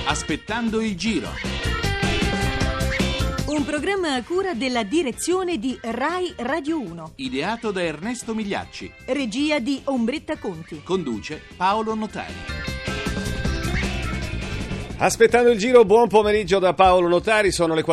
Aspettando il giro. Un programma a cura della direzione di Rai Radio 1. Ideato da Ernesto Migliacci. Regia di Ombretta Conti. Conduce Paolo Notari. Aspettando il giro, buon pomeriggio da Paolo Notari, sono le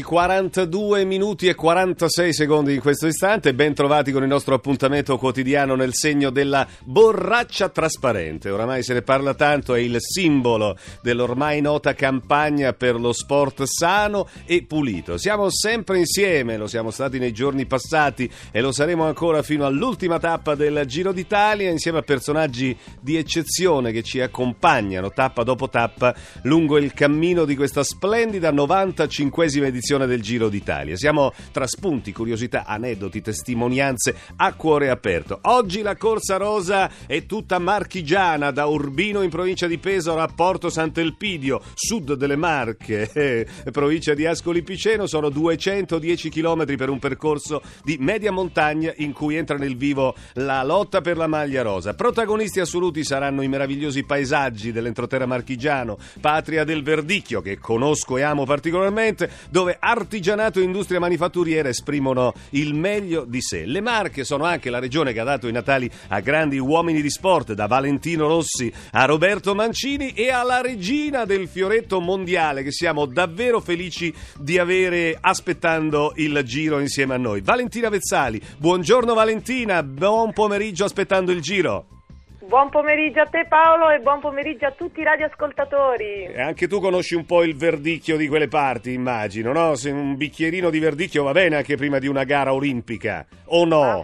14:42 minuti e 46 secondi in questo istante. Ben trovati con il nostro appuntamento quotidiano nel segno della borraccia trasparente. Oramai se ne parla tanto, è il simbolo dell'ormai nota campagna per lo sport sano e pulito. Siamo sempre insieme, lo siamo stati nei giorni passati e lo saremo ancora fino all'ultima tappa del Giro d'Italia, insieme a personaggi di eccezione che ci accompagnano tappa dopo tappa lungo il cammino di questa splendida 95esima edizione del Giro d'Italia. Siamo tra spunti, curiosità, aneddoti, testimonianze a cuore aperto. Oggi la corsa rosa è tutta marchigiana, da Urbino in provincia di Pesaro a Porto Sant'Elpidio, sud delle Marche, provincia di Ascoli Piceno. Sono 210 chilometri per un percorso di media montagna in cui entra nel vivo la lotta per la maglia rosa. Protagonisti assoluti saranno i meravigliosi paesaggi dell'entroterra marchigiano, patria del verdicchio, che conosco e amo particolarmente, dove artigianato e industria manifatturiera esprimono il meglio di sé. Le Marche sono anche la regione che ha dato i natali a grandi uomini di sport, da Valentino Rossi a Roberto Mancini e alla regina del fioretto mondiale, che siamo davvero felici di avere aspettando il Giro insieme a noi. Valentina Vezzali, buongiorno Valentina, buon pomeriggio aspettando il Giro. Buon pomeriggio a te Paolo e buon pomeriggio a tutti i radioascoltatori. E anche tu conosci un po' il verdicchio di quelle parti, immagino, no? Se un bicchierino di verdicchio va bene anche prima di una gara olimpica, o no?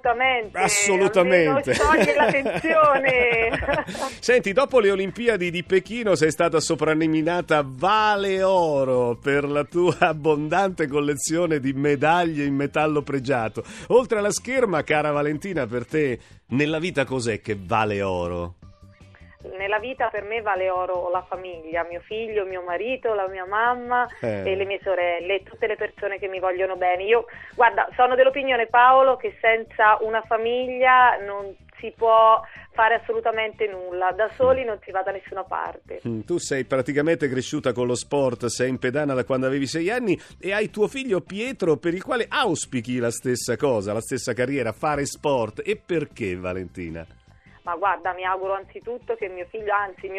Assolutamente. Toglie la tensione. Senti, dopo le Olimpiadi di Pechino sei stata soprannominata Vale Oro per la tua abbondante collezione di medaglie in metallo pregiato. Oltre alla scherma, cara Valentina, per te nella vita cos'è che vale oro? Nella vita per me vale oro la famiglia, mio figlio, mio marito, la mia mamma e le mie sorelle, tutte le persone che mi vogliono bene. Io, guarda, sono dell'opinione, Paolo, che senza una famiglia non si può fare assolutamente nulla, da soli non si va da nessuna parte. Tu sei praticamente cresciuta con lo sport, sei in pedana da quando avevi 6 anni e hai tuo figlio Pietro, per il quale auspichi la stessa cosa, la stessa carriera, fare sport. E perché, Valentina? Ma guarda, mi auguro anzitutto che mio figlio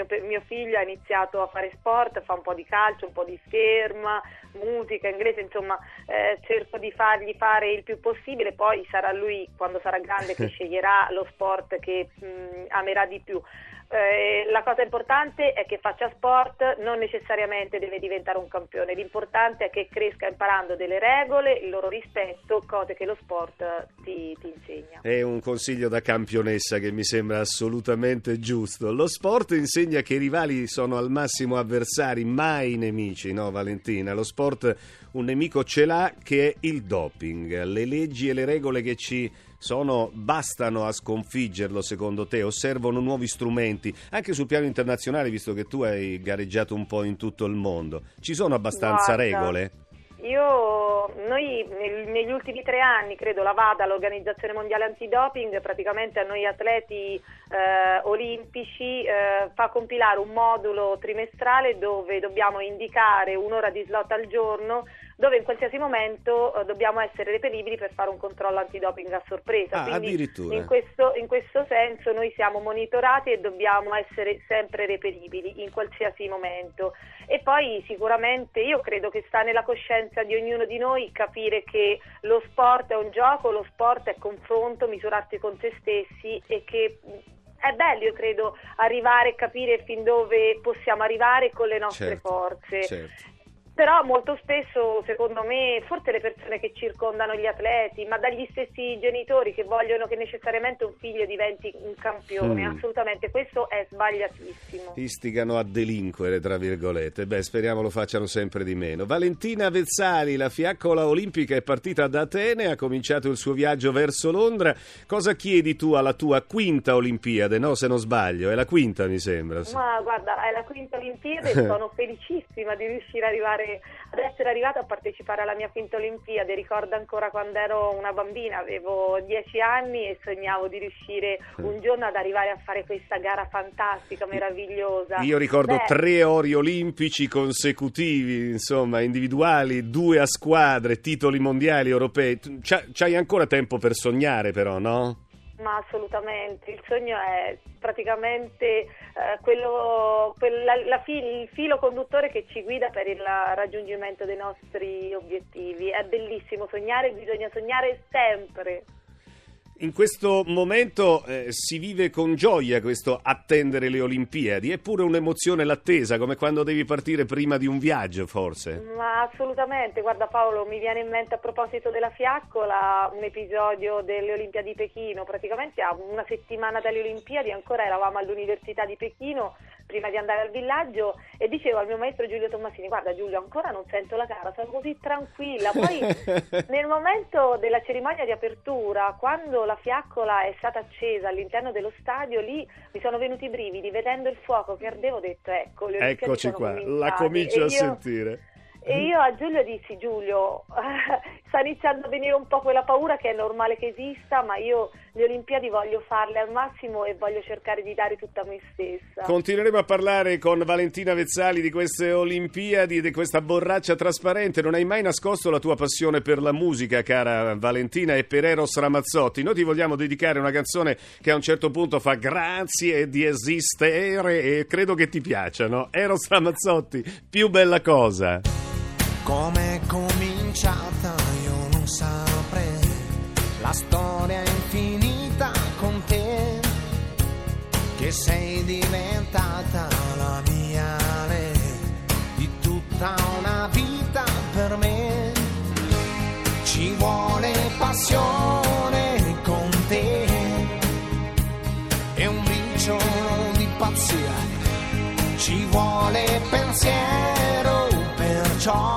ha iniziato a fare sport, fa un po' di calcio, un po' di scherma, musica, inglese, insomma cerco di fargli fare il più possibile, poi sarà lui quando sarà grande che sceglierà lo sport che amerà di più. La cosa importante è che faccia sport, non necessariamente deve diventare un campione, l'importante è che cresca imparando delle regole, il loro rispetto, cose che lo sport ti insegna. È un consiglio da campionessa che mi sembra assolutamente giusto. Lo sport insegna che i rivali sono al massimo avversari, mai nemici, no Valentina? Lo sport un nemico ce l'ha, che è il doping. Le leggi e le regole che ci bastano a sconfiggerlo, secondo te? O servono nuovi strumenti anche sul piano internazionale, visto che tu hai gareggiato un po' in tutto il mondo? Ci sono abbastanza regole? Noi negli ultimi 3 anni, credo, la VADA, l'Organizzazione Mondiale Antidoping, praticamente a noi atleti olimpici fa compilare un modulo trimestrale dove dobbiamo indicare un'ora di slot al giorno, dove in qualsiasi momento dobbiamo essere reperibili per fare un controllo antidoping a sorpresa. Quindi addirittura. In questo senso noi siamo monitorati e dobbiamo essere sempre reperibili in qualsiasi momento. E poi sicuramente io credo che sta nella coscienza di ognuno di noi capire che lo sport è un gioco, lo sport è confronto, misurarsi con se stessi, e che è bello, io credo, arrivare e capire fin dove possiamo arrivare con le nostre forze. Certo. Però molto spesso, secondo me, forse le persone che circondano gli atleti, ma dagli stessi genitori che vogliono che necessariamente un figlio diventi un campione, assolutamente, questo è sbagliatissimo. Istigano a delinquere, tra virgolette. Speriamo lo facciano sempre di meno. Valentina Vezzali, la fiaccola olimpica è partita da Atene, ha cominciato il suo viaggio verso Londra. Cosa chiedi tu alla tua quinta Olimpiade? No, se non sbaglio, è la quinta, mi sembra. Ma guarda, è la quinta Olimpiade e sono felicissima di riuscire ad arrivare ad essere arrivata a partecipare alla mia quinta Olimpiade. Ricordo ancora quando ero una bambina, avevo 10 anni e sognavo di riuscire un giorno ad arrivare a fare questa gara fantastica, meravigliosa. Io ricordo 3 ori olimpici consecutivi, insomma, individuali, 2 a squadre, titoli mondiali, europei. C'hai ancora tempo per sognare però, no? Ma assolutamente, il sogno è praticamente il filo conduttore che ci guida per il raggiungimento dei nostri obiettivi. È bellissimo sognare, bisogna sognare sempre. In questo momento si vive con gioia questo attendere le Olimpiadi, è pure un'emozione l'attesa, come quando devi partire prima di un viaggio forse. Ma assolutamente, guarda Paolo, mi viene in mente a proposito della fiaccola un episodio delle Olimpiadi di Pechino. Praticamente a una settimana dalle Olimpiadi ancora eravamo all'Università di Pechino prima di andare al villaggio e dicevo al mio maestro Giulio Tommasini: guarda Giulio, ancora non sento la gara, sono così tranquilla. Poi nel momento della cerimonia di apertura, quando la fiaccola è stata accesa all'interno dello stadio, lì mi sono venuti i brividi, vedendo il fuoco che ardeva, ho detto ecco, le Olimpiadi eccoci sono qua, cominciate. la comincio a sentire. E io a Giulio dissi: Giulio, sta iniziando a venire un po' quella paura che è normale che esista, ma io le Olimpiadi voglio farle al massimo e voglio cercare di dare tutta me stessa. Continueremo a parlare con Valentina Vezzali di queste Olimpiadi, di questa borraccia trasparente. Non hai mai nascosto la tua passione per la musica, cara Valentina, e per Eros Ramazzotti. Noi ti vogliamo dedicare una canzone che a un certo punto fa grazie di esistere e credo che ti piaccia, no? Eros Ramazzotti, Più bella cosa. Com'è cominciata io non saprei, la storia è infinita con te, che sei diventata la mia lei, di tutta una vita per me. Ci vuole passione con te e un briciolo di pazzia, ci vuole pensiero, perciò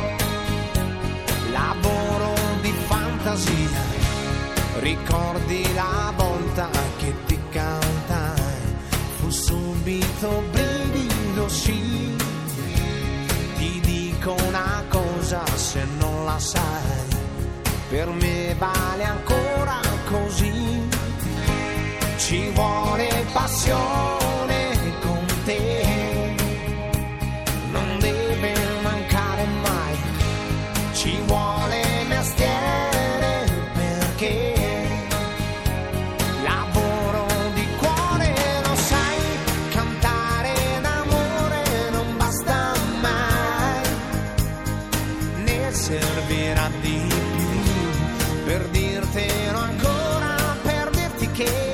lavoro di fantasia. Ricordi la volta che ti cantai, fu subito brivido, sì. Ti dico una cosa, se non la sai, per me vale ancora così. Ci vuole passione con te, non deve mancare mai. Ci vuole mestiere perché lavoro di cuore, lo sai, cantare d'amore non basta mai, ne servirà di più per dirtelo ancora, per dirti che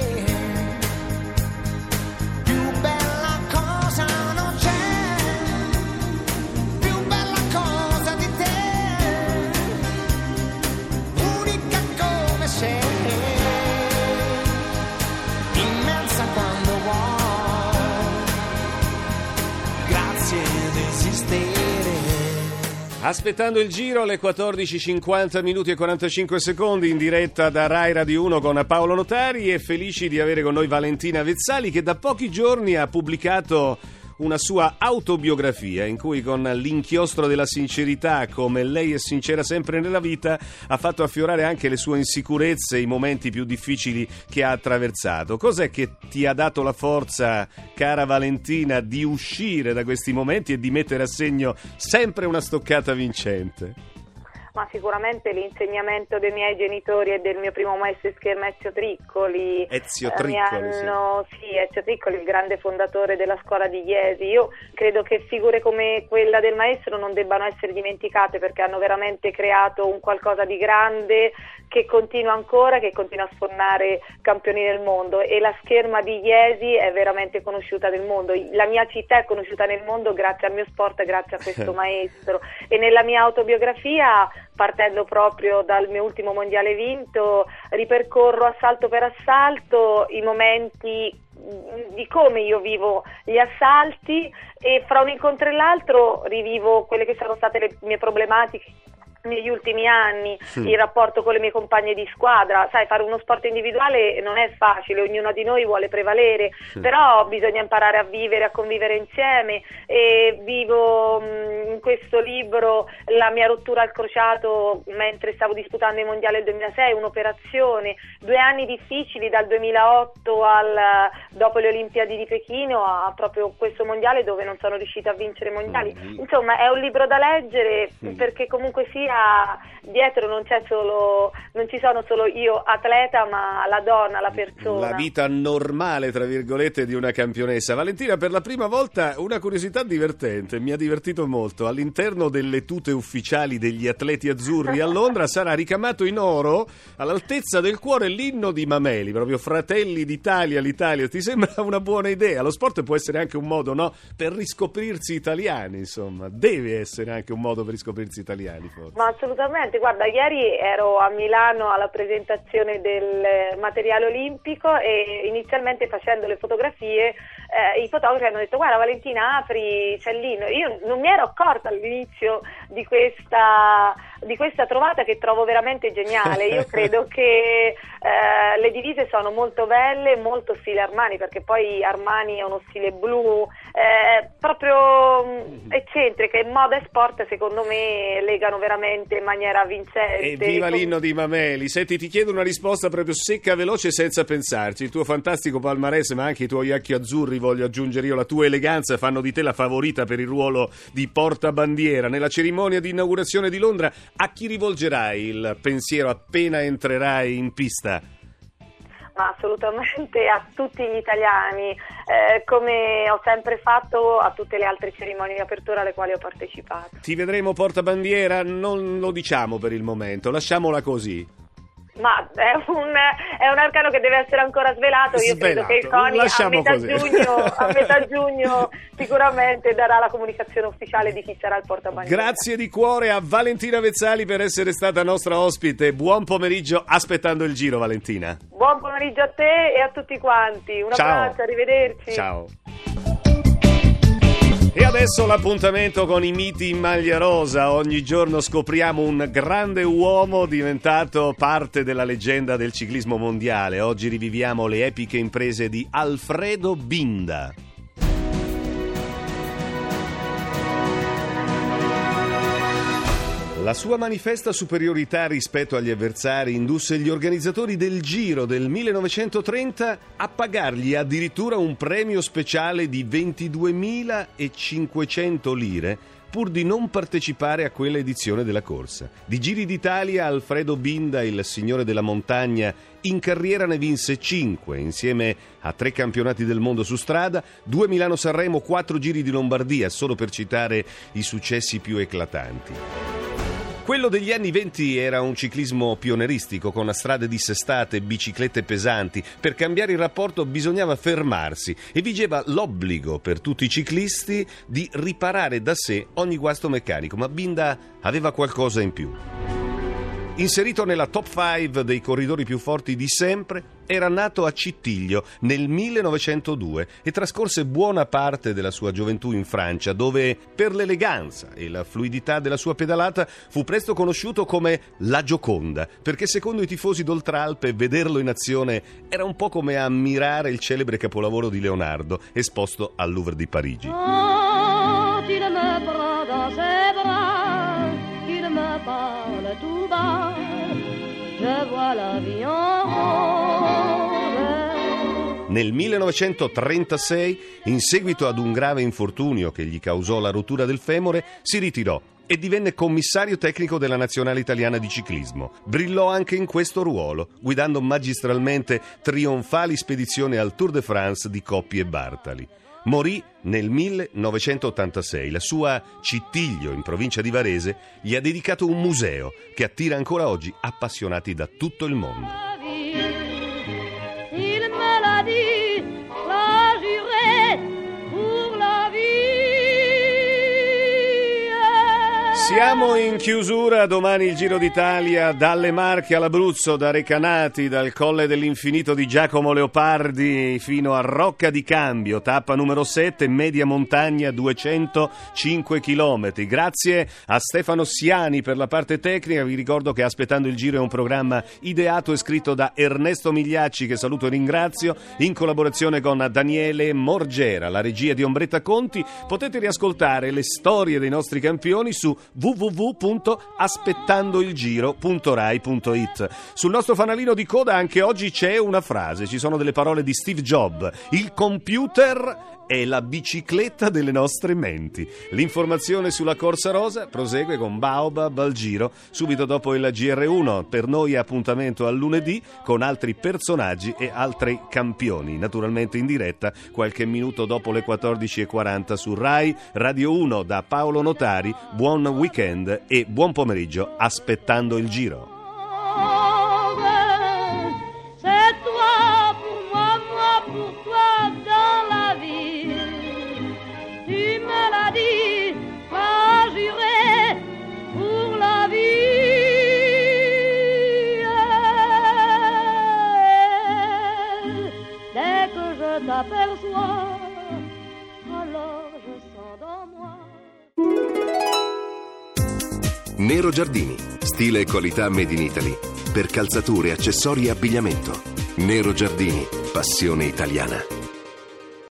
Aspettando il giro alle 14:50 minuti e 45 secondi in diretta da Rai Radio 1 con Paolo Notari, e felici di avere con noi Valentina Vezzali, che da pochi giorni ha pubblicato una sua autobiografia in cui, con l'inchiostro della sincerità, come lei è sincera sempre nella vita, ha fatto affiorare anche le sue insicurezze, i momenti più difficili che ha attraversato. Cos'è che ti ha dato la forza, cara Valentina, di uscire da questi momenti e di mettere a segno sempre una stoccata vincente? Ma sicuramente l'insegnamento dei miei genitori e del mio primo maestro di scherma Ezio Triccoli. Ezio Triccoli, sì, Ezio Triccoli, il grande fondatore della scuola di Iesi. Io credo che figure come quella del maestro non debbano essere dimenticate, perché hanno veramente creato un qualcosa di grande che continua ancora, che continua a sfornare campioni del mondo, e la scherma di Iesi è veramente conosciuta nel mondo. La mia città è conosciuta nel mondo grazie al mio sport, grazie a questo maestro. E nella mia autobiografia, partendo proprio dal mio ultimo mondiale vinto, ripercorro assalto per assalto i momenti di come io vivo gli assalti, e fra un incontro e l'altro rivivo quelle che sono state le mie problematiche negli ultimi anni, il rapporto con le mie compagne di squadra. Sai, fare uno sport individuale non è facile, ognuno di noi vuole prevalere, però bisogna imparare a vivere, a convivere insieme, e vivo in questo libro la mia rottura al crociato mentre stavo disputando i mondiali del 2006, un'operazione, 2 anni difficili dal 2008 dopo le Olimpiadi di Pechino a proprio questo mondiale dove non sono riuscita a vincere i mondiali. Insomma, è un libro da leggere perché comunque sia dietro non ci sono solo io atleta, ma la donna, la persona. La vita normale, tra virgolette, di una campionessa. Valentina, per la prima volta una curiosità divertente, mi ha divertito molto. All'interno delle tute ufficiali degli atleti azzurri a Londra sarà ricamato in oro all'altezza del cuore l'inno di Mameli, proprio Fratelli d'Italia, l'Italia. Ti sembra una buona idea? Lo sport può essere anche un modo, no? Per riscoprirsi italiani, insomma. Deve essere anche un modo per riscoprirsi italiani, forse. Ma assolutamente, guarda, ieri ero a Milano alla presentazione del materiale olimpico e inizialmente facendo le fotografie i fotografi hanno detto: guarda Valentina, apri, c'è l'inno. Io non mi ero accorta all'inizio di questa trovata, che trovo veramente geniale. Io credo che le divise sono molto belle, molto stile Armani, perché poi Armani è uno stile blu proprio eccentrica, e moda e sport secondo me legano veramente in maniera vincente. E viva l'inno di Mameli. Senti, ti chiedo una risposta proprio secca, veloce, senza pensarci. Il tuo fantastico palmarès, ma anche i tuoi occhi azzurri, voglio aggiungere io, la tua eleganza, fanno di te la favorita per il ruolo di portabandiera. Nella cerimonia di inaugurazione di Londra, a chi rivolgerai il pensiero appena entrerai in pista? Ma assolutamente a tutti gli italiani, come ho sempre fatto a tutte le altre cerimonie di apertura alle quali ho partecipato. Ti vedremo portabandiera? Non lo diciamo per il momento, lasciamola così. Ma è un arcano che deve essere ancora svelato. Io credo che il CONI a metà giugno sicuramente darà la comunicazione ufficiale di chi sarà il portabandiera. Grazie di cuore a Valentina Vezzali per essere stata nostra ospite. Buon pomeriggio aspettando il giro, Valentina. Buon pomeriggio a te e a tutti quanti. Un abbraccio, arrivederci. Ciao. E adesso l'appuntamento con i miti in maglia rosa. Ogni giorno scopriamo un grande uomo diventato parte della leggenda del ciclismo mondiale. Oggi riviviamo le epiche imprese di Alfredo Binda. La sua manifesta superiorità rispetto agli avversari indusse gli organizzatori del Giro del 1930 a pagargli addirittura un premio speciale di 22.500 lire pur di non partecipare a quella edizione della corsa. Di Giri d'Italia, Alfredo Binda, il signore della montagna, in carriera ne vinse 5, insieme a 3 campionati del mondo su strada, 2 Milano-Sanremo, 4 Giri di Lombardia, solo per citare i successi più eclatanti. Quello degli anni 20 era un ciclismo pioneristico con strade dissestate e biciclette pesanti. Per cambiare il rapporto bisognava fermarsi e vigeva l'obbligo per tutti i ciclisti di riparare da sé ogni guasto meccanico, ma Binda aveva qualcosa in più. Inserito nella top 5 dei corridori più forti di sempre, era nato a Cittiglio nel 1902 e trascorse buona parte della sua gioventù in Francia, dove per l'eleganza e la fluidità della sua pedalata fu presto conosciuto come la Gioconda, perché secondo i tifosi d'Oltralpe vederlo in azione era un po' come ammirare il celebre capolavoro di Leonardo esposto al Louvre di Parigi. Quand il me prend dans ses bras, qu'il me parle tout bas, je vois la vie en rose. Nel 1936, in seguito ad un grave infortunio che gli causò la rottura del femore, si ritirò e divenne commissario tecnico della Nazionale Italiana di Ciclismo. Brillò anche in questo ruolo, guidando magistralmente trionfali spedizioni al Tour de France di Coppi e Bartali. Morì nel 1986. La sua Cittiglio, in provincia di Varese, gli ha dedicato un museo che attira ancora oggi appassionati da tutto il mondo. Il me l'a dit, l'a juré pour la vie. Si Siamo in chiusura, domani il Giro d'Italia dalle Marche all'Abruzzo, da Recanati, dal Colle dell'Infinito di Giacomo Leopardi fino a Rocca di Cambio, tappa numero 7, media montagna 205 km. Grazie a Stefano Siani per la parte tecnica. Vi ricordo che Aspettando il Giro è un programma ideato e scritto da Ernesto Migliacci, che saluto e ringrazio, in collaborazione con Daniele Morgera. La regia di Ombretta Conti. Potete riascoltare le storie dei nostri campioni su www.aspettandoilgiro.rai.it. Sul nostro fanalino di coda anche oggi c'è una frase, ci sono delle parole di Steve Jobs: il computer è la bicicletta delle nostre menti. L'informazione sulla Corsa Rosa prosegue con Baobab al Giro subito dopo il GR1. Per noi appuntamento al lunedì con altri personaggi e altri campioni, naturalmente in diretta qualche minuto dopo le 14:40 su Rai Radio 1. Da Paolo Notari, buon weekend e buon pomeriggio Aspettando il Giro. C'est toi pour moi, moi pour toi dans la vie. Tu me l'as dit, pas juré pour la vie. Dès que je t'aperçois, alors je sens dans moi. Nero Giardini, stile e qualità made in Italy, per calzature, accessori e abbigliamento. Nero Giardini, passione italiana.